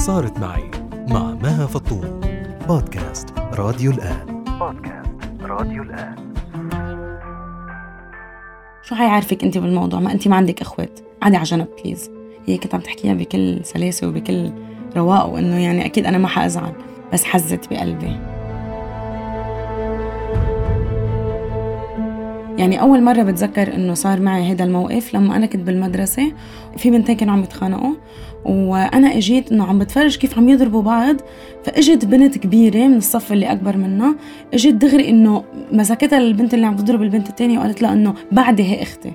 صارت معي مع مها فطوم. بودكاست راديو الآن. شو هيعرفك انت بالموضوع؟ ما انت ما عندك اخوات، عادي على جنب بليز. هي كنت عم تحكيها بكل سلاسة وبكل رواق، وانه يعني اكيد انا ما حازعل، بس حزت بقلبي. يعني أول مرة بتذكر إنه صار معي هذا الموقف لما أنا كنت بالمدرسة، في بنتين كانوا عم يتخانقوا، وأنا إجيت إنه عم بتفرج كيف عم يضربوا بعض، فإجت بنت كبيرة من الصف اللي أكبر منها، إجت دغري إنه مسكتها البنت اللي عم تضرب البنت التانية وقالت لها إنه بعدي هي أختي.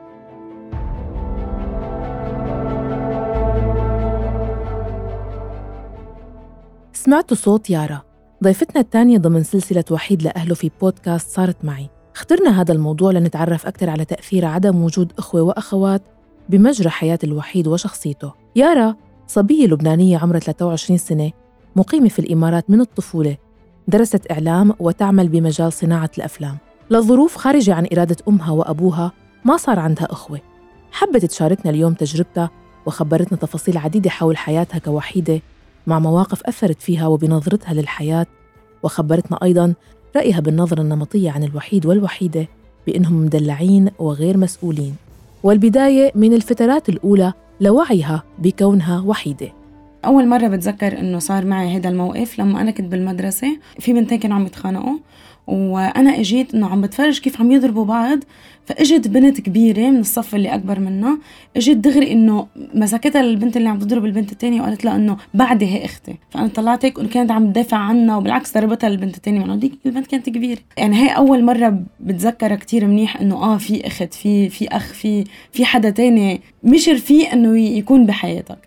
سمعتوا صوت يارا، ضيفتنا الثانية ضمن سلسلة وحيد لأهله في بودكاست صارت معي. اخترنا هذا الموضوع لنتعرف أكثر على تأثير عدم وجود أخوة وأخوات بمجرى حياة الوحيد وشخصيته. يارا صبية لبنانية عمرها 23 سنة، مقيمة في الإمارات من الطفولة، درست إعلام وتعمل بمجال صناعة الأفلام. لظروف خارجة عن إرادة أمها وأبوها ما صار عندها أخوة. حبت تشاركنا اليوم تجربتها وخبرتنا تفاصيل عديدة حول حياتها كوحيدة، مع مواقف أثرت فيها وبنظرتها للحياة، وخبرتنا أيضاً رأيها بالنظرة النمطية عن الوحيد والوحيدة بأنهم مدلعين وغير مسؤولين، والبداية من الفترات الأولى لوعيها بكونها وحيدة. أول مرة بتذكر إنه صار معي هذا الموقف لما أنا كنت بالمدرسة، في بنتين كانوا عم يتخانقوا، وأنا إجيت إنه عم بتفرج كيف عم يضربوا بعض، فإجت بنت كبيرة من الصف اللي أكبر منها، إجت دغري إنه مسكتها البنت اللي عم تضرب البنت التانية وقالت لها إنه بعدي هي أختي. فأنا طلعت هيك وكانت عم تدافع عنها، وبالعكس ضربتها البنت التانية، مع إنه ديك البنت كانت كبيرة. يعني هي أول مرة بتذكرها كتير منيح، إنه في أخت، في أخ، في حدا تاني مش رفيق إنه يكون بحياتك.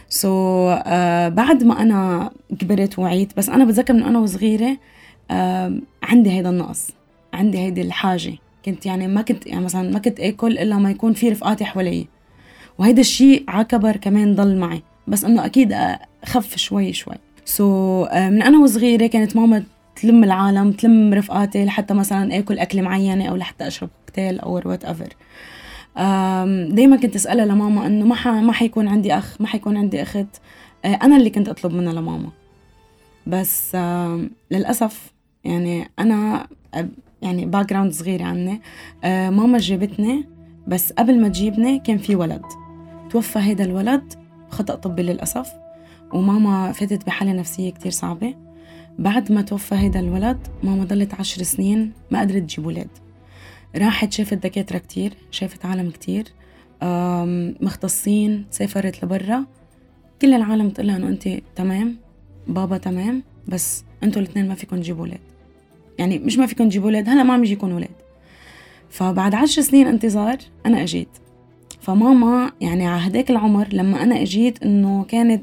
بعد ما أنا كبرت وعيت، بس أنا بتذكر من أنا وصغيرة عندي هيدا النقص، عندي هيدي الحاجة. كنت يعني ما كنت أكل إلا ما يكون في رفقاتي حوالي، وهيدا الشيء عكبر كمان ضل معي، بس إنه أكيد خف شوي. من أنا وصغيرة كانت ماما تلم العالم، تلم رفقاتي لحتى مثلا أكل أكل معينة، أو لحتى أشرب كوكتيل أو whatever. دايما كنت أسألها لماما إنه ما حيكون عندي أخ، ما حيكون عندي أخت. أنا اللي كنت أطلب منها لماما، بس للأسف يعني أنا يعني باك جراوند صغيرة عني. ماما جابتني، بس قبل ما تجيبني كان في ولد توفى. هيدا الولد خطأ طبي للأسف، وماما فاتت بحالة نفسية كتير صعبة. بعد ما توفى هيدا الولد، ماما ضلت 10 سنين ما قدرت تجيب ولاد. راحت شافت دكاترة كتير، شافت عالم كتير مختصين، سافرت لبرا، كل العالم تقولها إنه أنت تمام، بابا تمام، بس أنتوا الاثنين ما فيكم تجيبوا ولاد. يعني مش ما فيكم تجيبوا ولاد، هلا ما عم يجيكم ولاد. فبعد 10 سنين انتظار أنا أجيت. فماما يعني على هداك العمر لما أنا أجيت إنه كانت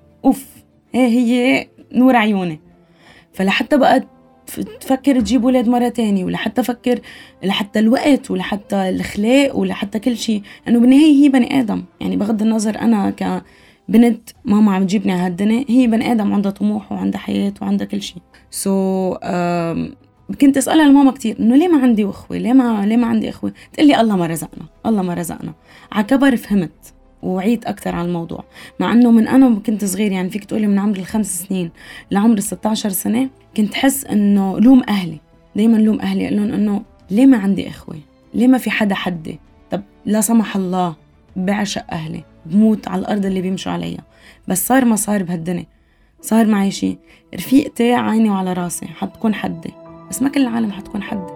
هي نور عيوني. فلحتى بقى تفكر تجيب ولاد مرة تاني، ولحتى أفكر لحتى الوقت، ولحتى الأخلاق، ولحتى كل شيء، لأنه بالنهاية هي بني آدم. يعني بغض النظر أنا كبنت ماما عم تجيبني على هالدنيا، هي بني آدم عندها طموح وعندها حياة وعندها كل شيء. كنت أسألها لماما كتير إنه ليه ما عندي أخوة، ليه ما عندي أخوة. تقلي الله ما رزقنا. عكبر فهمت وعيت أكتر على الموضوع، مع أنه من أنا كنت صغير، يعني فيك تقولي من عمر 5 سنين لعمر 16 سنة كنت حس أنه لوم أهلي، دايما لوم أهلي، أقول لهم أنه ليه ما عندي إخوة، ليه ما في حدي. طب لا سمح الله بعشق أهلي، بموت على الأرض اللي بيمشوا عليها. بس صار ما صار بهالدنيا، صار معي شيء، رفيقتي عيني وعلى راسي حتكون حدي، بس ما كل العالم حتكون حدي.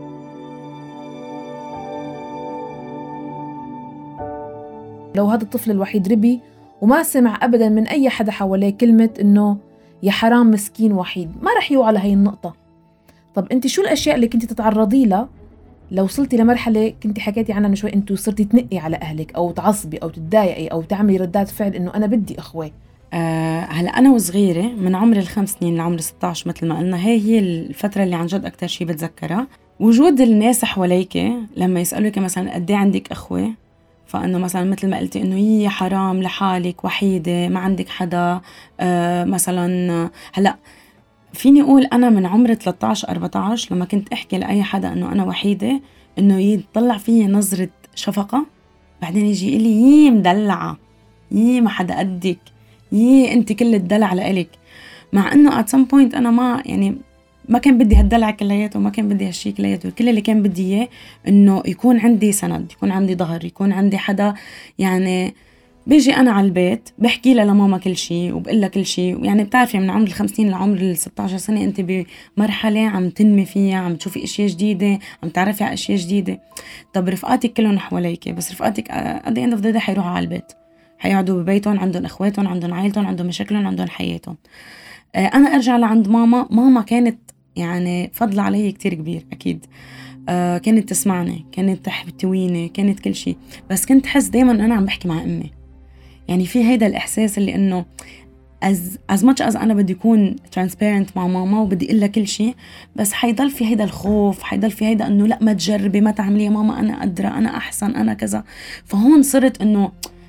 لو هذا الطفل الوحيد ربي وما سمع أبداً من أي حدا حواليه كلمة إنه يا حرام مسكين وحيد، ما رح يوعى على هاي النقطة. طب أنت شو الأشياء اللي كنت تتعرضي لها لو وصلتي لمرحلة كنت حكيتي عنها من شوي، أنتوا صرتي تنقي على أهلك أو تعصبي أو تتضايقي أو تعملي ردات فعل إنه أنا بدي أخوة؟ هلا أنا وصغيرة من عمر 5 سنين لعمر 16 مثل ما قلنا، هي الفترة اللي عن جد أكتر شيء بتذكرها. وجود الناس حواليك لما يسألوك مثلا قد ايه عندك أخوة، فأنه مثلا مثل ما قلتي إنه يا حرام لحالك وحيدة ما عندك حدا. مثلا هلا فيني أقول أنا من عمر 13-14 لما كنت أحكي لأي حدا إنه أنا وحيدة، إنه يطلع فيه نظرة شفقة، بعدين يجي يقول لي مدلعة، ما حدا قدك، أنت كل الدلع لإلك، مع إنه at some point أنا ما كان بدي هالدلع كلياته، وما كان بدي هالشي كلياته. كل اللي كان بدي إياه إنه يكون عندي سند، يكون عندي ظهر، يكون عندي حدا يعني بيجي أنا على البيت بحكي لها لماما كل شي وبقول لها كل شي. يعني بتعرفي من عمر 50 لعمر 16 سنة أنت بمرحلة عم تنمي فيها، عم تشوفي أشياء جديدة، عم تعرفي على أشياء جديدة. طب رفقاتك كلهم حواليك، بس رفقاتك at the end of the day حيروحوا على البيت، حيقعدوا ببيتهم، عندهم أخواتهم، عندهم عائلتهم، عندهم مشاكلهم، عندهم حياتهم. أنا أرجع لعند ماما كانت يعني فضل علي كتير كبير أكيد. كانت تسمعني، كانت تحتويني، كانت كل شيء، بس كنت حس دايما أنا عم بحكي مع أمي. يعني في هيدا الإحساس اللي إنه as much as أنا بدي يكون transparent مع ماما وبدي إقلها كل شيء، بس حيضل في هيدا الخوف، حيضل في هيدا إنه لا ما تجربي، ما تعملي يا ماما، أنا قادرة، أنا أحسن، أنا كذا. فهون صرت إنه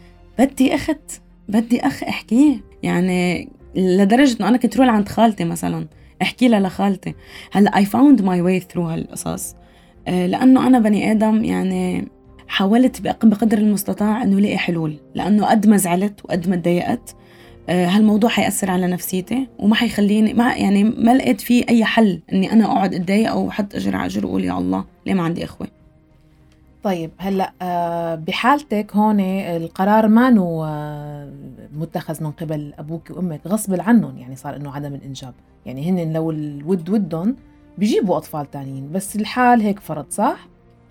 بدي أخ أحكيه. يعني لدرجة إنه أنا كنت روح عند خالتي مثلا أحكي لها لخالتي. هلأ I found my way through هالقصص، لأنه أنا بني آدم يعني حاولت بقدر المستطاع إنه لاقي حلول، لأنه قد ما زعلت وقد ما تضايقت هالموضوع حيأثر على نفسيتي وما حيخليني ما لقيت فيه أي حل إني أنا أقعد أتضايق أو حط أجر على أجر وأقول يا الله ليه ما عندي إخوة. طيب هلأ بحالتك هون القرار ما متخذ من قبل أبوك وأمك غصب عنهم، يعني صار إنه عدم الإنجاب، يعني هن لو ودهم بيجيبوا أطفال تانيين، بس الحال هيك فرض، صح؟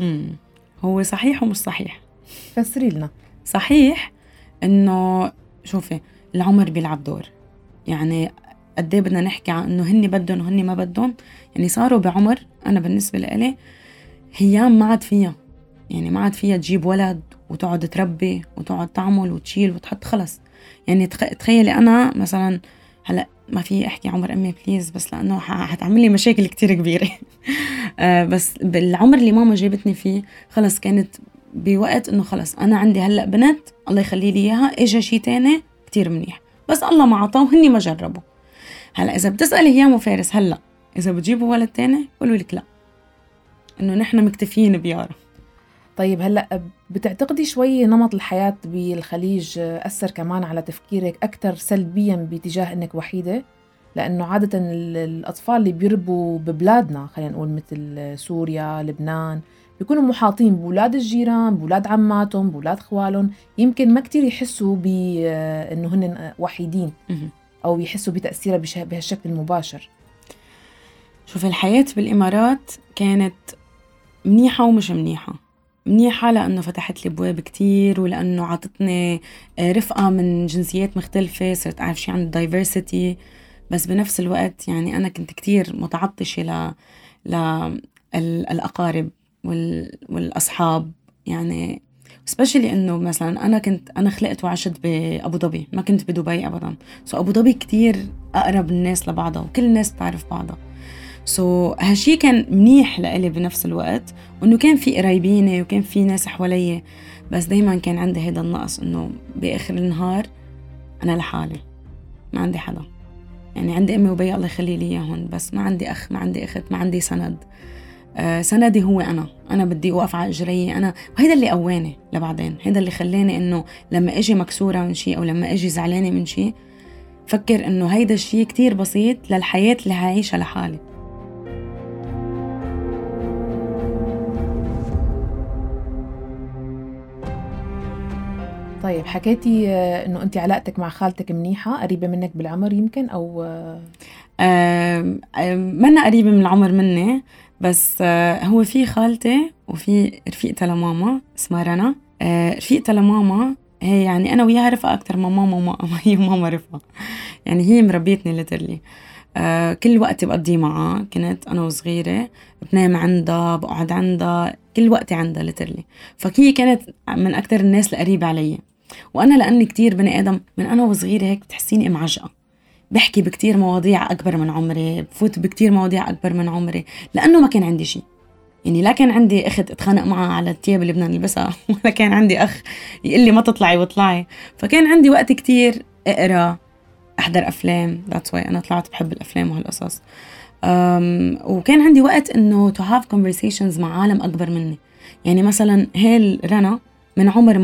هو صحيح ومش صحيح. فسري لنا. صحيح إنه شوفي العمر بيلعب دور، يعني قد ايه بدنا نحكي عن إنه هني بدهم وهني ما بدهم. يعني صاروا بعمر أنا بالنسبة لي هيام ما عاد فيها تجيب ولد وتقعد تربي وتقعد تعمل وتشيل وتحط، خلص. يعني تخيلي أنا مثلا هلأ ما في أحكي عمر أمي بليز، بس لأنه هتعملي مشاكل كتير كبيرة. بس بالعمر اللي ماما جابتني فيه خلص كانت بوقت إنه خلص أنا عندي هلأ بنت الله يخلي لي إياها، إجا شي تاني كتير منيح، بس الله ما عطاه وهني ما جربوا. هلأ إذا بتسألي هيام وفارس هلأ إذا بتجيبوا ولد تاني قولوا لك لا، إنه نحن مكتفيين بيارا. طيب هلأ بتعتقدي شوي نمط الحياة بالخليج أثر كمان على تفكيرك أكتر سلبياً باتجاه إنك وحيدة؟ لأنه عادة الأطفال اللي بيربوا ببلادنا خلينا نقول مثل سوريا، لبنان، بيكونوا محاطين بولاد الجيران، بولاد عماتهم، بولاد خوالهم، يمكن ما كتير يحسوا بأنه هن وحيدين أو يحسوا بتأثيرها بهالشكل المباشر. شوف الحياة بالإمارات كانت منيحة ومش منيحة لأنه فتحت لي بواب كتير، ولأنه عطتني رفقة من جنسيات مختلفة، صرت أعرف شي عن diversity. بس بنفس الوقت يعني أنا كنت كتير متعطشة للأقارب والأصحاب، يعني especially إنه مثلا أنا خلقت وعشت بأبو ظبي، ما كنت بدبي أبدا. أبو ظبي كتير أقرب الناس لبعضها وكل الناس تعرف بعضها. هالشي كان منيح لإلي بنفس الوقت، وإنه كان في قرايبيني وكان في ناس حوالي، بس دايما كان عندي هيدا النقص إنه بآخر النهار أنا لحالي، ما عندي حدا. يعني عندي أمي وبي الله يخلي لي إياهم، بس ما عندي أخ، ما عندي أخت، ما عندي سند. سندي هو أنا بدي أوقف على إجري أنا، وهيدا اللي قواني لبعدين، هيدا اللي خلاني إنه لما أجي مكسورة من شي أو لما أجي زعلانة من شي فكر إنه هيدا الشي كتير بسيط للحياة اللي هعيشها لحالي. طيب حكيتي إنه أنت علاقتك مع خالتك منيحة، قريبة منك بالعمر يمكن أو منا قريبة من العمر مني، بس هو في خالتي وفي رفيقتها لماما اسمها رنا. رفيقتها لماما هي يعني أنا وياها رفقة أكتر من ماما هي ماما رفقة، يعني هي مربيتني لترلي. كل وقت بقضي معها، كنت أنا وصغيرة بنام عندها، بقعد عندها، كل وقتي عندها لترلي. فهي كانت من أكتر الناس القريبة علي. وأنا لأني كتير بني آدم من أنا وصغيرة هيك بتحسيني معجقة، بحكي بكتير مواضيع أكبر من عمري، بفوت بكتير مواضيع أكبر من عمري، لأنه ما كان عندي شي. يعني لا كان عندي أخت أتخانق معها على التياب اللي بدنا نلبسها، ولا كان عندي أخ يقول لي ما تطلعي واطلعي. فكان عندي وقت كتير أقرأ، أحضر أفلام. that's why أنا طلعت بحب الأفلام وهالقصص. وكان عندي وقت إنه to have conversations مع عالم أكبر مني. يعني مثلا هيل رنا من عمر ماما،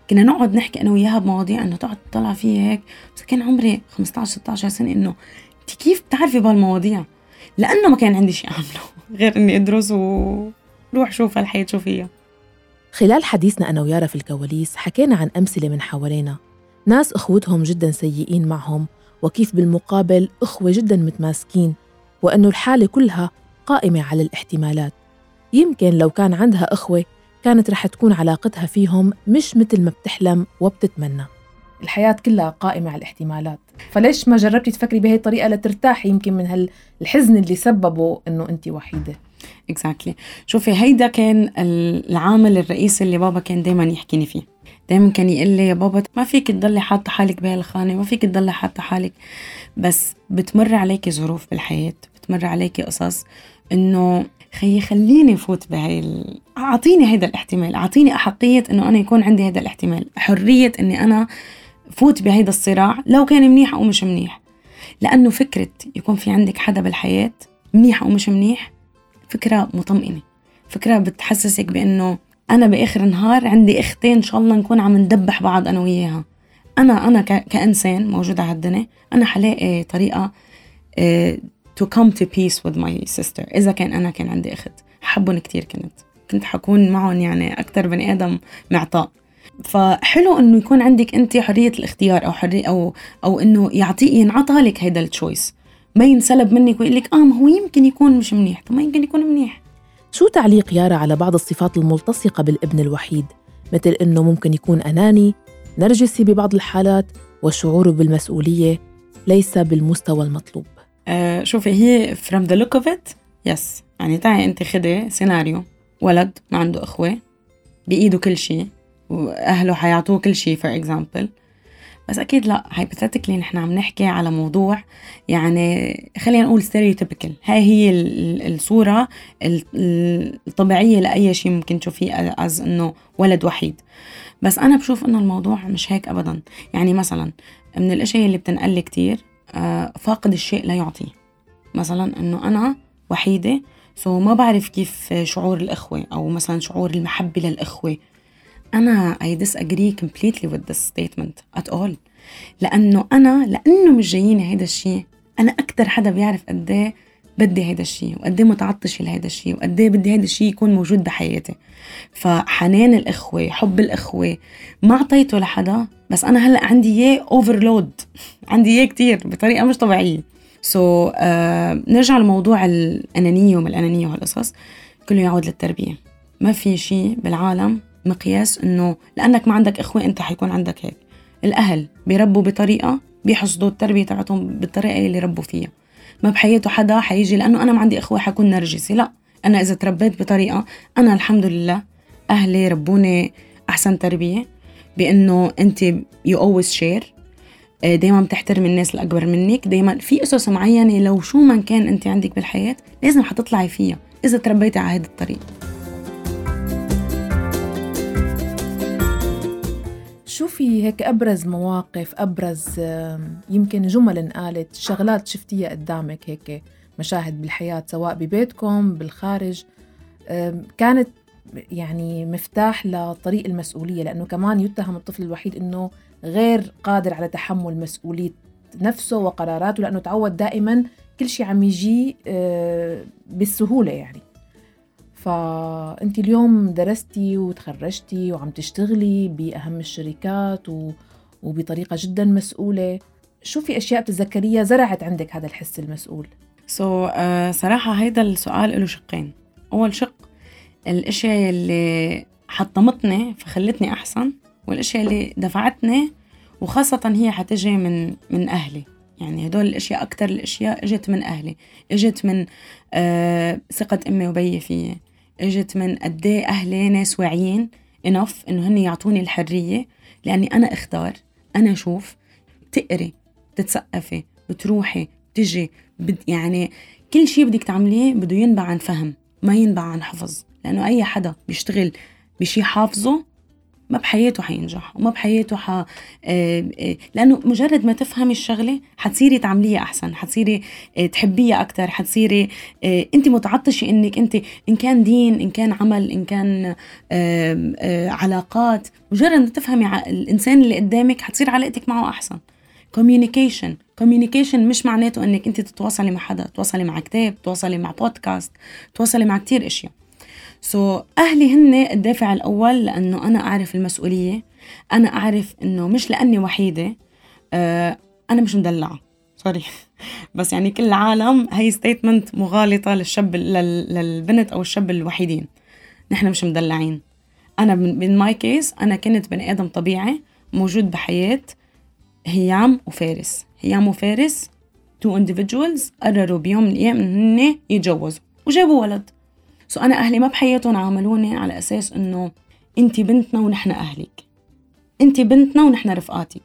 كنا نقعد نحكي أنا وياها بمواضيع إنه تقعد تطلع فيها هيك، بس كان عمري 15-16 سنة، إنه أنت كيف بتعرفي بهالمواضيع؟ لأنه ما كان عندي شيء أعمله غير إني أدرس وروح شوف هالحياة شو فيها. خلال حديثنا أنا ويارا في الكواليس حكينا عن أمثلة من حوالينا، ناس أخوتهم جداً سيئين معهم، وكيف بالمقابل أخوة جداً متماسكين، وأنه الحالة كلها قائمة على الاحتمالات. يمكن لو كان عندها أخوة كانت رح تكون علاقتها فيهم مش مثل ما بتحلم وبتتمنى. الحياة كلها قائمة على الاحتمالات، فليش ما جربتي تفكري بهي الطريقة لترتاحي يمكن من الحزن اللي سببه إنه أنت وحيدة؟ exactly. شوفي، هيدا كان العامل الرئيسي اللي بابا كان دايما يحكيني فيه. دايما كان يقول لي يا بابا ما فيك تضلي حاطة حالك بهالخانة، ما فيك تضلي حاطة حالك، بس بتمر عليكي ظروف بالحياة، بتمر عليكي قصص، إنه خليني فوت أعطيني هيدا الاحتمال، أعطيني أحقية إنه أنا يكون عندي هيدا الاحتمال، حرية إني أنا فوت بهيدا الصراع لو كان منيح أو مش منيح. لأنه فكرة يكون في عندك حدا بالحياة منيح أو مش منيح فكرة مطمئنة، فكرة بتحسسك بأنه أنا بآخر النهار عندي أختين إن شاء الله نكون عم ندبح بعض أنا وياها. أنا كإنسان موجود على هالدنيا، أنا حلاقي طريقة to come to peace with my sister. إذا كان عندي أخت حبهم كتير، كنت حكون معهم يعني أكتر بني آدم معطاء. فحلو إنه يكون عندك أنت حرية الاختيار، أو حرية أو إنه ينعطى لك هيدا التشويس، ما ينسلب منك ويقول لك ما هو يمكن يكون مش منيح. طب ما يمكن يكون منيح. شو تعليق يارا على بعض الصفات الملتصقة بالابن الوحيد، مثل إنه ممكن يكون أناني، نرجسي ببعض الحالات، وشعوره بالمسؤولية ليس بالمستوى المطلوب؟ شوفي، هي from the look of it yes. يعني تعي أنت خدي سيناريو ولد ما عنده أخوة، بإيده كل شيء وأهله حيعطوه كل شيء for example، بس أكيد لا، hypothetically نحن عم نحكي على موضوع يعني خلينا نقول stereotypical. هي الصورة الطبيعية لأي شيء ممكن تشوفيه as إنه ولد وحيد. بس أنا بشوف إنه الموضوع مش هيك أبدا. يعني مثلا من الأشياء اللي بتنقل كتير فاقد الشيء لا يعطيه. مثلا إنه أنا وحيدة ما بعرف كيف شعور الأخوة، أو مثلا شعور المحبة للأخوة. أنا I disagree completely with this statement at all. لأنه مش جاييني هيدا الشيء. أنا أكتر حدا بيعرف قديه بدي هيدا الشيء، وقديه متعطشة لهيدا الشيء، وقديه بدي هيدا الشيء يكون موجود بحياتي. فحنان الأخوة، حب الأخوة ما عطيته لحدا، بس أنا هلأ عندي إياه overload، عندي إياه كتير بطريقة مش طبيعية. نرجع لموضوع الأنانية وما الأنانية وهالقصص، كله يعود للتربية. ما في شيء بالعالم مقياس إنه لأنك ما عندك إخوة أنت حيكون عندك هيك. الأهل بيربوا بطريقة، بيحصدوا التربية تبعتهم بالطريقة اللي ربوا فيها. ما بحياته حدا حيجي لأنه أنا ما عندي إخوة حيكون نرجسي، لا. أنا إذا تربيت بطريقة، أنا الحمد لله أهلي ربوني أحسن تربية، بأنه أنت you always share، دايما بتحترم الناس الأكبر منك، دايما في أسس معينة لو شو ما كان أنت عندك بالحياة لازم حتطلعي فيها إذا تربيتي على هذا الطريق. شوفي هيك أبرز مواقف، أبرز يمكن جمل انقالت، شغلات شفتيها قدامك هيك، مشاهد بالحياة سواء ببيتكم بالخارج، كانت يعني مفتاح لطريق المسؤولية، لأنه كمان يتهم الطفل الوحيد أنه غير قادر على تحمل مسؤولية نفسه وقراراته، لأنه تعود دائما كل شيء عم يجي بالسهولة يعني. فأنت اليوم درستي وتخرجتي وعم تشتغلي بأهم الشركات وبطريقة جدا مسؤولة. شو في أشياء بتتذكريها زرعت عندك هذا الحس المسؤول؟ صراحة هيدا السؤال له شقين. أول شق الأشياء اللي حطمتني فخلتني أحسن، والأشياء اللي دفعتني، وخاصة هي حتجي من أهلي. يعني هدول الأشياء، أكتر الأشياء اجت من أهلي، اجت من ثقة أمي وبي فيه، اجت من قديه أهلي ناس واعيين enough إنه هن يعطوني الحرية، لأني أنا اختار، أنا أشوف، تقري، تتثقفي، بتروحي، تجي، يعني كل شيء بدك تعمليه بده ينبع عن فهم، ما ينبع عن حفظ. لأنه أي حدا بيشتغل بشي حافظه ما بحياته حينجح، وما بحياته لأنه مجرد ما تفهمي الشغلة حتصيري تعمليها أحسن، حتصيري تحبيها أكتر، حتصيري أنت متعطشة إنك أنت إن كان دين، إن كان عمل، إن كان علاقات. مجرد ما تفهمي الإنسان اللي قدامك حتصير علاقتك معه أحسن. communication مش معناته إنك أنت تتواصلي مع حدا، تتواصلي مع كتاب، تتواصلي مع بودكاست، تتواصلي مع كتير أشياء. أهلي هن الدافع الأول، لأنه أنا أعرف المسؤولية، أنا أعرف إنه مش لأني وحيدة، أنا مش مدلعة سوري بس يعني كل العالم هي ستيتمنت مغالطة للبنت أو الشاب الوحيدين. نحن مش مدلعين. أنا من ماي كيس أنا كنت بني آدم طبيعي موجود بحياة هيام وفارس. هيام وفارس two individuals قرروا بيوم من الأيام إنه يتجوزوا وجابوا ولد. أنا أهلي ما بحياتهم عاملوني على أساس إنه أنتي بنتنا ونحن أهلك، أنتي بنتنا ونحن رفقاتك.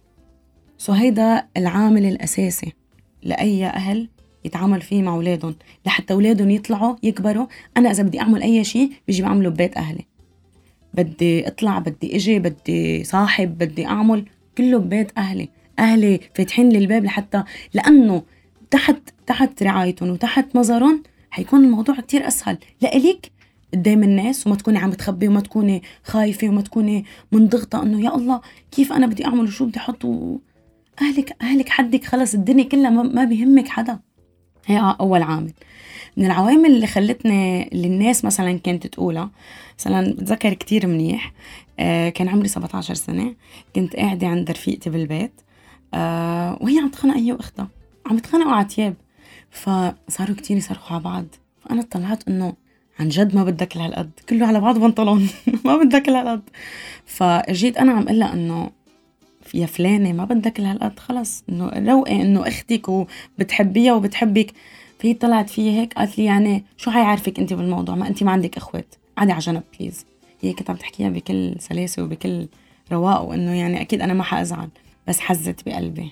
هيدا العامل الأساسي لأي أهل يتعامل فيه مع أولادهم، لحتى أولادهم يطلعوا يكبروا. أنا إذا بدي أعمل أي شيء بيجي بعمله ببيت أهلي، بدي أطلع، بدي أجي، بدي صاحب، بدي أعمل، كله ببيت أهلي. أهلي فاتحين لي الباب لحتى، لأنه تحت رعايتهم وتحت نظرهم هيكون الموضوع كتير أسهل لإليك قدام الناس، وما تكوني عم بتخبي، وما تكوني خايفة، وما تكوني منضغطة إنه يا الله كيف أنا بدي أعمل وشو بدي أحط. أهلك حدك، خلص الدنيا كلها ما بيهمك حدا. هي أول عامل من العوامل اللي خلتني، اللي الناس مثلا كانت تقولها. مثلا بتذكر كتير منيح، كان عمري 17 سنة، كنت قاعدة عند رفيقتي بالبيت، وهي عم تخانق هي وأختها، عم تخانقوا على تياب، فصاروا كتير يصرخوا على بعض. فأنا اطلعت إنه عن جد ما بدك لهالقد، كله على بعض بنطلون ما بدك لهالقد. فجيت أنا عم قلها إنه يا فلانة ما بدك لهالقد، خلص إنه روقي، إنه أختك وبتحبيها وبتحبك. فهي طلعت فيها هيك، قالت لي يعني شو هيعرفك أنت بالموضوع، ما أنت ما عندك أخوات، عادي على جنب بليز. هي كنت عم تحكيها بكل سلاسة وبكل رواق، وإنه يعني أكيد أنا ما حأزعل، بس حزت بقلبي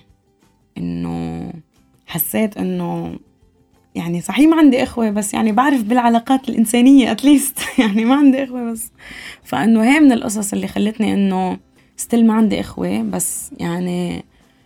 إنه حسيت إنه يعني صحيح ما عندي إخوة، بس يعني بعرف بالعلاقات الإنسانية أتليست يعني ما عندي إخوة بس. فإنه هي من القصص اللي خلتني إنه ستيل ما عندي إخوة، بس يعني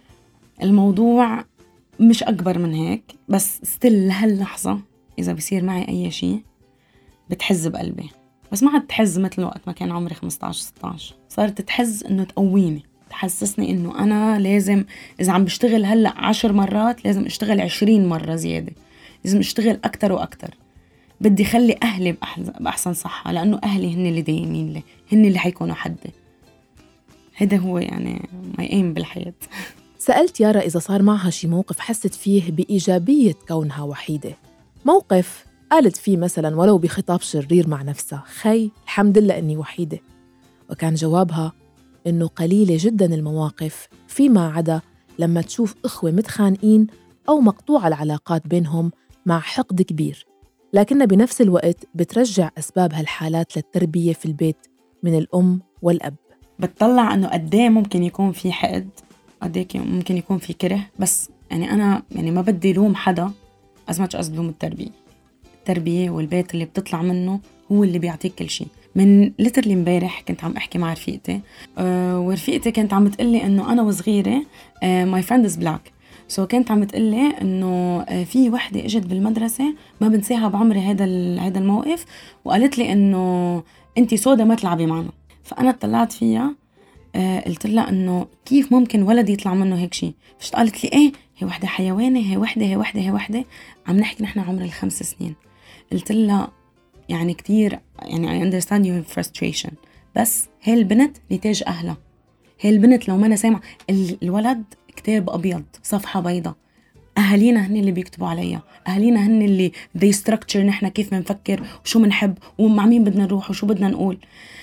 الموضوع مش أكبر من هيك. بس ستيل لهاللحظة إذا بيصير معي أي شيء بتحز بقلبي، بس ما عاد تحز مثل وقت ما كان عمري 15-16. صارت تحز إنه تقويني، تحسسني إنه أنا لازم، إذا عم بشتغل هلأ 10 مرات لازم أشتغل 20 مرة زيادة، لازم أشتغل أكتر وأكتر. بدي خلي أهلي بأحسن صحة، لأنه أهلي هن اللي دايمين لي، هن اللي حيكونوا حدي. هذا هو يعني my aim بالحياة. سألت يارا إذا صار معها شي موقف حست فيه بإيجابية كونها وحيدة، موقف قالت فيه مثلاً ولو بخطاب شرير مع نفسها خي الحمد لله أني وحيدة. وكان جوابها إنه قليلة جداً المواقف فيما عدا لما تشوف إخوة متخانقين أو مقطوع العلاقات بينهم مع حقد كبير، لكنها بنفس الوقت بترجع أسباب هالحالات للتربية في البيت من الأم والأب. بتطلع أنه قديه ممكن يكون في حقد، قديه ممكن يكون في كره، بس يعني أنا يعني ما بدي لوم حدا as much as لوم التربية والبيت اللي بتطلع منه هو اللي بيعطيك كل شيء. من ليترلي امبارح كنت عم أحكي مع رفيقتي، ورفيقتي كانت عم تقلي إنه أنا وصغيرة my friend is black. كانت عم تقلي إنه في وحدة إجت بالمدرسة ما بنساها بعمري هذا الموقف، وقالت لي إنه أنتي سودا ما تلعبي معنا. فأنا اطلعت فيها، قلت لها إنه كيف ممكن ولد يطلع منه هيك شيء؟ قالت لي إيه هي وحدة حيوانة، هي وحدة. عم نحكي نحن عمر 5 سنين. قلت لها يعني كتير يعني I understand your frustration، بس هي البنت نتاج أهلها. هي البنت لو ما أنا سامع، الولد كتاب أبيض صفحة بيضة، أهالينا هن اللي بيكتبوا عليها، أهالينا هن اللي they structure نحن كيف منفكر وشو منحب ومع مين بدنا نروح وشو بدنا نقول.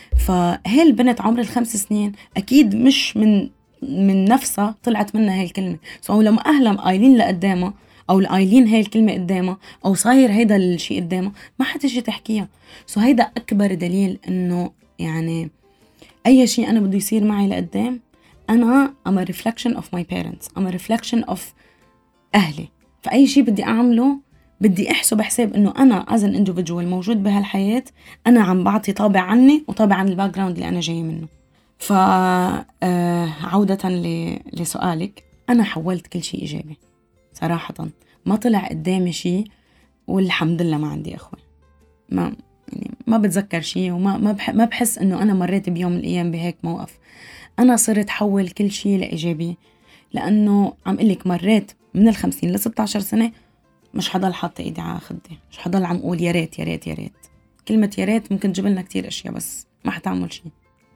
فهي البنت عمر 5 سنين أكيد مش من نفسها طلعت منها هاي الكلمة. لما أهلها قايلين لقدامها أو قايلين هاي الكلمة قدامها أو صاير هيدا الشيء قدامها ما حتجي تحكيها. هيدا أكبر دليل إنه يعني أي شيء أنا بده يصير معي لقدام أنا I'm a reflection of my parents، I'm a reflection of أهلي. فأي شيء بدي أعمله بدي أحسب حساب إنه أنا as an individual موجود بهالحياة، أنا عم بعطي طابع عني وطابع عن الباك جراوند اللي أنا جاي منه. عودة لسؤالك، أنا حولت كل شيء إيجابي صراحة. ما طلع قدامي شيء والحمد لله ما عندي أخوة. ما بتذكر شيء، ما بحس إنه أنا مريت بيوم من الأيام بهيك موقف. أنا صرت حول كل شيء لإيجابي، لأنه عم قلك مريت من 50 ل16 سنة مش حضل حاطة إيدي على خدي، مش حضل عم قول يا ريت يا ريت يا ريت. كلمة يا ريت ممكن تجيب لنا كتير أشياء بس ما حتعمل شيء.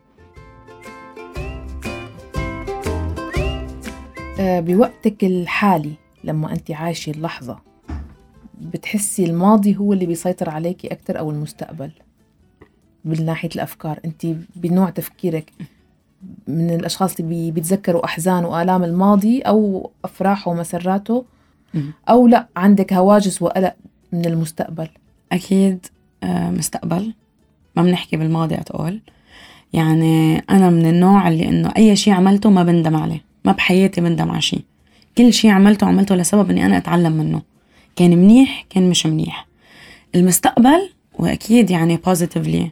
بوقتك الحالي لما أنت عايشة اللحظة، بتحسي الماضي هو اللي بيسيطر عليكي أكتر أو المستقبل من ناحية الأفكار؟ أنت بنوع تفكيرك من الأشخاص اللي بيتذكروا أحزان وآلام الماضي أو أفراحه ومسراته، أو لا عندك هواجس وقلق من المستقبل؟ أكيد مستقبل، ما بنحكي بالماضي أتقول. يعني أنا من النوع اللي إنه أي شيء عملته ما بندم عليه، ما بحياتي بندم على شيء. كل شيء عملته لسبب إني أنا أتعلم منه، كان منيح كان مش منيح. المستقبل وأكيد يعني positively،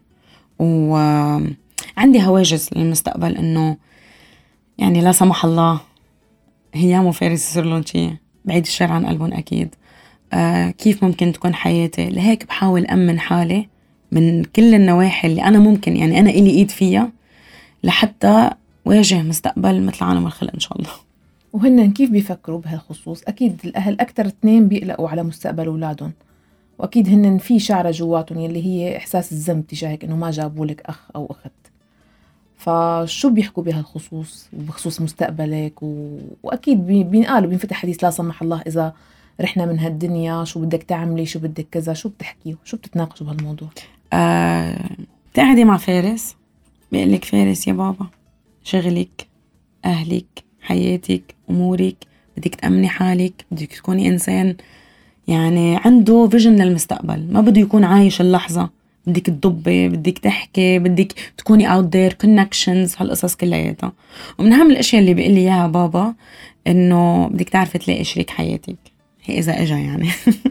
وعندي هواجس للمستقبل إنه يعني لا سمح الله هيام وفارس يصير لهم شيء، بعيد الشر عن قلبهم أكيد. كيف ممكن تكون حياتي؟ لهيك بحاول أمن حالي من كل النواحي اللي أنا ممكن يعني أنا إلي إيد فيها لحتى واجه مستقبل مثل عالم الخلق إن شاء الله. وهن كيف بيفكروا بهالخصوص؟ أكيد الأهل أكتر 2 بيقلقوا على مستقبل أولادهم، وأكيد هن في شعرة جواتهم يلي هي إحساس الذنب تجاهك إنه ما جابوا لك أخ أو أخت. فشو بيحكوا بهالخصوص بخصوص مستقبلك؟ وأكيد بينقالوا بينفتح حديث لا سمح الله إذا رحنا من هالدنيا شو بدك تعملي، شو بدك كذا، شو بتحكيوا، شو بتتناقشوا بهالموضوع؟ تقعدي مع فارس بيقلك فارس يا بابا شغلك، أهلك، حياتك، أمورك، بدك تأمني حالك، بدك تكوني إنسان يعني عنده فيجن للمستقبل، ما بده يكون عايش اللحظة. بدك تضبي، بدك تحكي، بدك تكوني out there connections، هالقصص كلها. ومن أهم الأشياء اللي بيقلي إياها بابا إنه بدك تعرفي تلاقي شريك حياتك، هي إذا إجا يعني.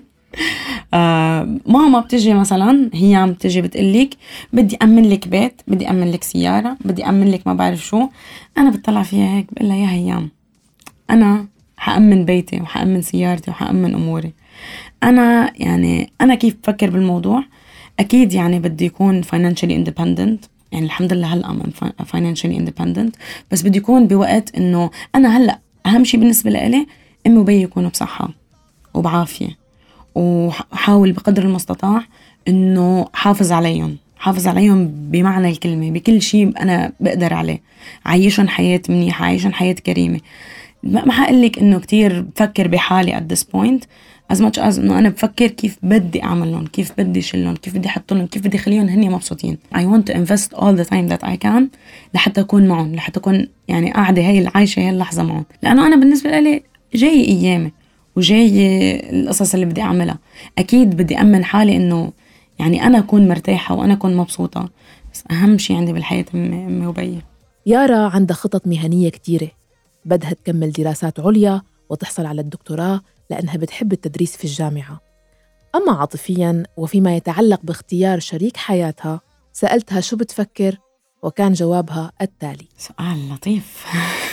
ماما بتجي مثلا، هي عم تجي بتقلك بدي أمن لك بيت، بدي أمن لك سيارة، بدي أمن لك ما بعرف شو. أنا بتطلع فيها هيك بقلها يا هيام، أنا حأمن بيتي وحأمن سيارتي وحأمن أموري. أنا كيف بفكر بالموضوع؟ أكيد يعني بدي يكون financially independent، يعني الحمد لله هلأ I'm financially independent، بس بدي يكون بوقت إنه أنا هلأ أهم شيء بالنسبة لي أمي وبي يكونوا بصحة وبعافية، وحاول بقدر المستطاع إنه حافظ عليهم بمعنى الكلمة، بكل شيء أنا بقدر عليه، عايشهم حياة منيحة، عايشهم حياة كريمة. ما حقلك إنه كتير بفكر بحالي at this point as much as إنه أنا بفكر كيف بدي أعمل لهم، كيف بدي شلهم، كيف بدي أحط لهم، كيف بدي خليهم هني مبسوطين. I want to invest all the time that I can لحتى أكون معهم، لحتى أكون يعني قاعدة عايشة هاي اللحظة معهم، لأنه أنا بالنسبة لي جاي أيامي وجاي القصص اللي بدي أعملها. أكيد بدي أمن حالي إنه يعني أنا أكون مرتاحة وأنا أكون مبسوطة، بس أهم شيء عندي بالحياة أمي وبي. يارا عندها خطط مهنية كتيرة، بدها تكمل دراسات عليا وتحصل على الدكتوراه لأنها بتحب التدريس في الجامعة. أما عاطفياً وفيما يتعلق باختيار شريك حياتها، سألتها شو بتفكر، وكان جوابها التالي. سؤال لطيف.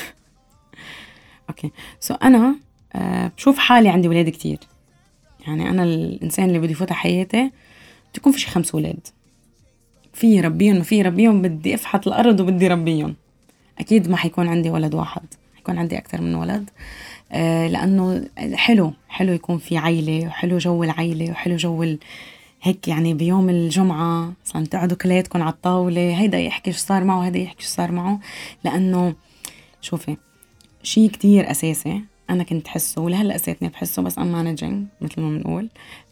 أوكي، أنا بشوف حالي عندي ولاد كتير، يعني أنا الإنسان اللي بدي فوت حياتي تكون في 5 ولاد، في ربيهم ما في ربيهم، بدي أفحط الأرض وبدي ربيهم. أكيد ما حيكون عندي ولد واحد، حيكون عندي أكتر من ولد، لأنه حلو يكون في عيلة، وحلو جو العيلة، وحلو جو هيك يعني بيوم الجمعة مثلا تقعدوا كلياتكم على الطاولة، هيدا يحكي شو صار معه، هيدا يحكي شو صار معه. لأنه شوفي شيء كتير أساسي أنا كنت حسه ولهلأ أساسني بحسه، بس I'm managing مثل ما بنقول.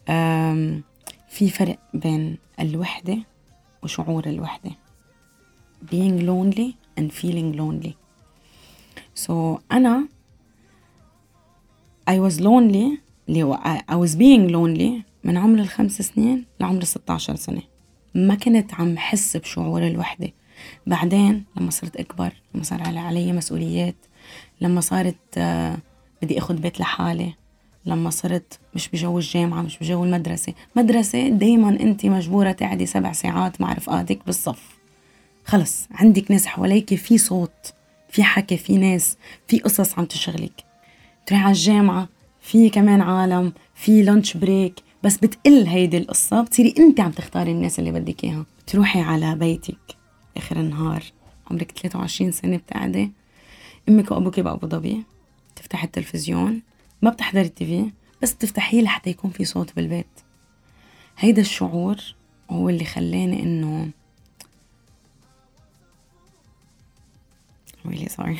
في فرق بين الوحدة وشعور الوحدة، being lonely and feeling lonely. So أنا I was being lonely من عمر 5 سنين لعمر 16 سنة. ما كنت عم حس بشعور الوحدة. بعدين لما صرت أكبر، لما صار علي مسؤوليات، لما صارت بدي أخذ بيت لحالي، لما صرت مش بجو الجامعة، مش بجو المدرسة. مدرسة دايما أنت مجبورة تقعدي 7 ساعات مع رفقاتك بالصف، خلص عندك ناس حواليك، في صوت، في حكي، في ناس، في قصص عم تشغلك. تروحي على الجامعة في كمان عالم، في لانش بريك، بس بتقل هيدي القصة، بتصيري انت عم تختاري الناس اللي بدك اياها. تروحي على بيتك اخر النهار عمرك 23 سنة بتقعدي، امك وابوك بأبو ظبي، تفتحي التلفزيون، ما بتحضري التي في بس تفتحيه لحتى يكون في صوت بالبيت. هيدا الشعور هو اللي خلاني انه really sorry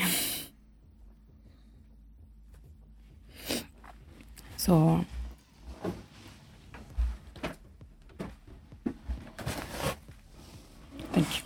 so thank you.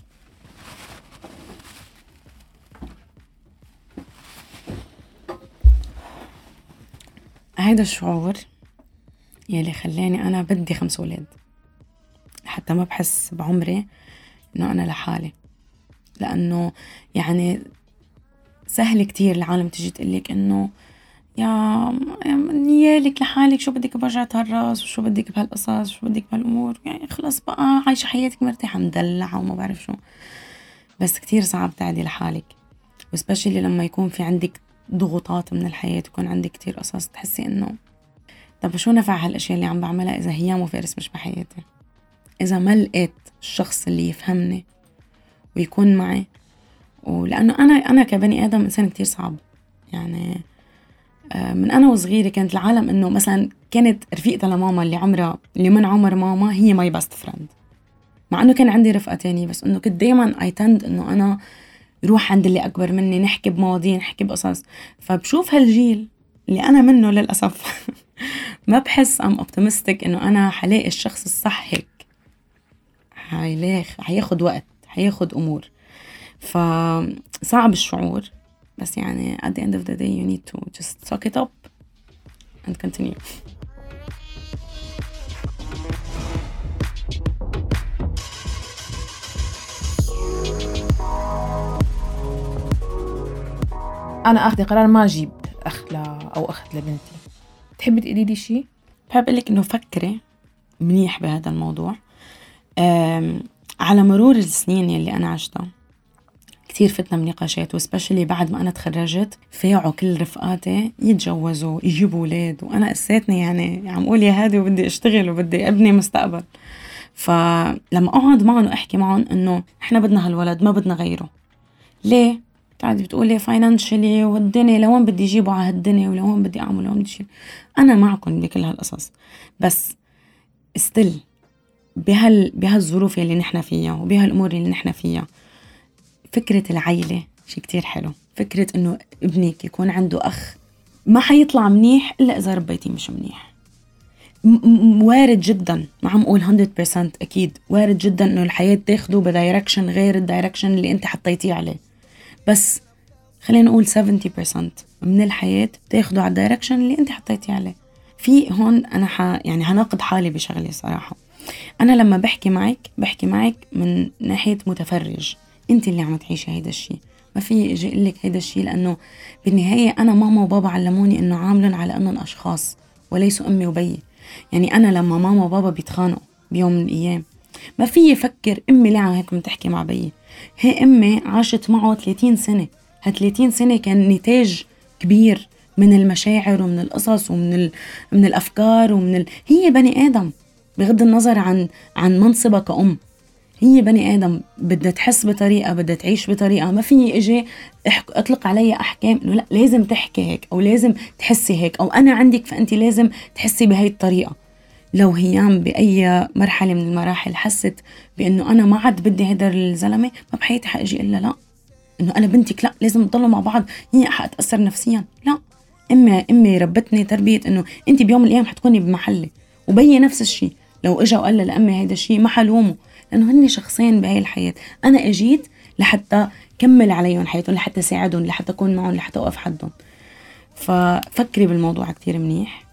هيدا الشعور يلي خلاني أنا بدي 5 أولاد، حتى ما بحس بعمري إنه أنا لحالي، لأنه يعني سهل كتير العالم تجي تقلك إنه يا نيالك لحالك، شو بدك بوجعة هالراس وشو بدك بهالقصص وشو بدك بهالأمور، يعني خلاص بقى عايشة حياتك مرتاحة مدلعة وما بعرف شو. بس كتير صعب تعدي لحالك، وسبيشلي لما يكون في عندك ضغوطات من الحياة، يكون عندك كتير قصص، تحسي إنه طب شو نفع هالأشياء اللي عم بعملها إذا هيام وفارس مش بحياتي، إذا ما لقيت الشخص اللي يفهمني ويكون معي. ولأنه أنا كبني آدم إنسان كتير صعب، يعني من أنا وصغيرة كانت العالم إنه مثلا كانت رفيقتها لماما اللي من عمر ماما هي ماي باست فريند، مع إنه كان عندي رفقة تانية، بس إنه كنت دايما أيتند إنه أنا روح عند اللي أكبر مني، نحكي بمواضيع، نحكي بقصص. فبشوف هالجيل اللي أنا منه للأسف ما بحس أم أوبتيمستيك إنه أنا حلاقي الشخص الصح هيك، هياخد وقت، هياخد أمور، فصعب الشعور. بس يعني at the end of the day you need to just suck it up and continue. أنا أخذ قرار ما أجيب أخ أو أخت لبنتي، تحبي تقولي لي شيء؟ بحب أقول لك إنه فكري منيح بهذا الموضوع. على مرور السنين يلي أنا عشتها كتير فتنا بنقاشات، وسبيشلي بعد ما أنا تخرجت فيعوا كل رفقاتي يتجوزوا يجيبوا أولاد، وأنا قسيتني يعني عم قول يا هادي وبدي أشتغل وبدي أبني مستقبل. فلما أقعد معهم وأحكي معهم إنه إحنا بدنا هالولد ما بدنا غيره، ليه؟ قاعدة بتقولي فاينانشلي والدنيا لوين بدي أجيبه على هالدنيا ولوين بدي أعمل ولوين بدي شيء. أنا معكم بكل هالقصص، بس استل بهالظروف اللي نحن فيها وبهالأمور اللي نحن فيها، فكرة العيلة شيء كتير حلو. فكرة إنه ابنك يكون عنده أخ ما حيطلع منيح إلا إذا ربيتيه مش منيح. وارد جدا، ما عم أقول 100% أكيد، وارد جدا إنه الحياة تاخده بدايركشن غير الدايركشن اللي أنت حطيتيه عليه، بس خلينا نقول 70% من الحياة تاخده على الدايركشن اللي أنت حطيتيه عليه. في هون أنا يعني هناقض حالي بشغلي صراحة. أنا لما بحكي معك من ناحية متفرج، أنت اللي عم تعيشي هيدا الشيء، ما في اجي اقول لك هيدا الشيء، لانه بالنهايه انا ماما وبابا علموني انه عاملن على انهم اشخاص وليسوا امي وبي. يعني انا لما ماما وبابا بيتخانقوا بيوم من الايام ما في يفكر امي ليه هيك بتحكي مع بيي، هي امي عاشت معه 30 سنه، ها 30 سنه كان نتاج كبير من المشاعر ومن القصص ومن من الافكار هي بني ادم بغض النظر عن منصبها كأم، هي بني آدم بدها تحس بطريقة، بدها تعيش بطريقة. ما فيني اجي اطلق عليها احكام انه لا لازم تحكي هيك او لازم تحسي هيك او انا عندك فانت لازم تحسي بهاي الطريقة. لو هيام بأي مرحلة من المراحل حست بانه انا ما عاد بدي هيدا الزلمة، ما بحياتي حاجي الا لا انه انا بنتك لا لازم نضلوا مع بعض، هي حاتأثر نفسيا. لا، امي ربتني تربية انه انت بيوم من الايام حتكوني بمحلي، وبي نفس الشيء. لو اجا وقال لأمي هيدا الشيء ما حلومه، لأنه هني شخصين بهاي الحياة، أنا أجيت لحتى كمل عليهم حياتهم، لحتى ساعدهم، لحتى أكون معهم، لحتى أوقف حدهم. ففكري بالموضوع كتير منيح،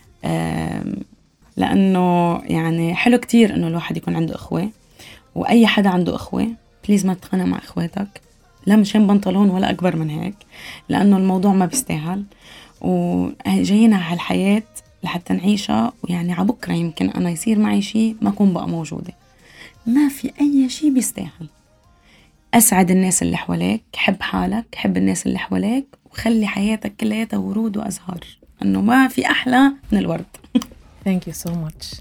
لأنه يعني حلو كتير أنه الواحد يكون عنده أخوة، وأي حدا عنده أخوة بليز ما تتخانق مع أخواتك، لا مشان بنطلون ولا أكبر من هيك، لأنه الموضوع ما بيستاهل. وجاينا هالحياة لحتى نعيشها، ويعني عبكرة يمكن أنا يصير معي شيء ما أكون بقى موجودة، ما في أي شيء بيستاهل. أسعد الناس اللي حواليك، حب حالك، حب الناس اللي حواليك، وخلي حياتك كلها ورود وأزهار، أنه ما في أحلى من الورد. Thank you so much.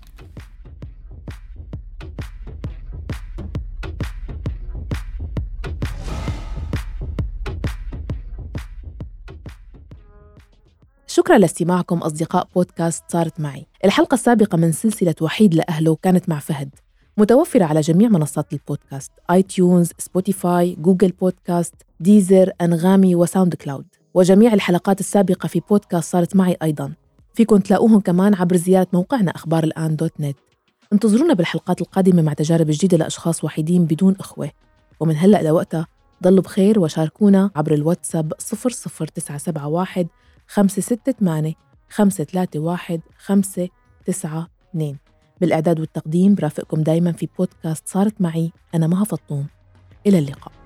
شكرا لاستماعكم أصدقاء بودكاست صارت معي. الحلقة السابقة من سلسلة وحيد لأهله كانت مع فهد، متوفرة على جميع منصات البودكاست: آيتيونز، سبوتيفاي، جوجل بودكاست، ديزر، أنغامي وساوند كلاود. وجميع الحلقات السابقة في بودكاست صارت معي أيضاً فيكن تلاقوهم كمان عبر زيارة موقعنا أخبارالآن.net. انتظرونا بالحلقات القادمة مع تجارب جديدة لأشخاص وحيدين بدون أخوة. ومن هلأ لوقتها ضلوا بخير وشاركونا عبر الواتساب 00971 568 531 592. بالإعداد والتقديم برافقكم دايماً في بودكاست صارت معي أنا مها فطوم. إلى اللقاء.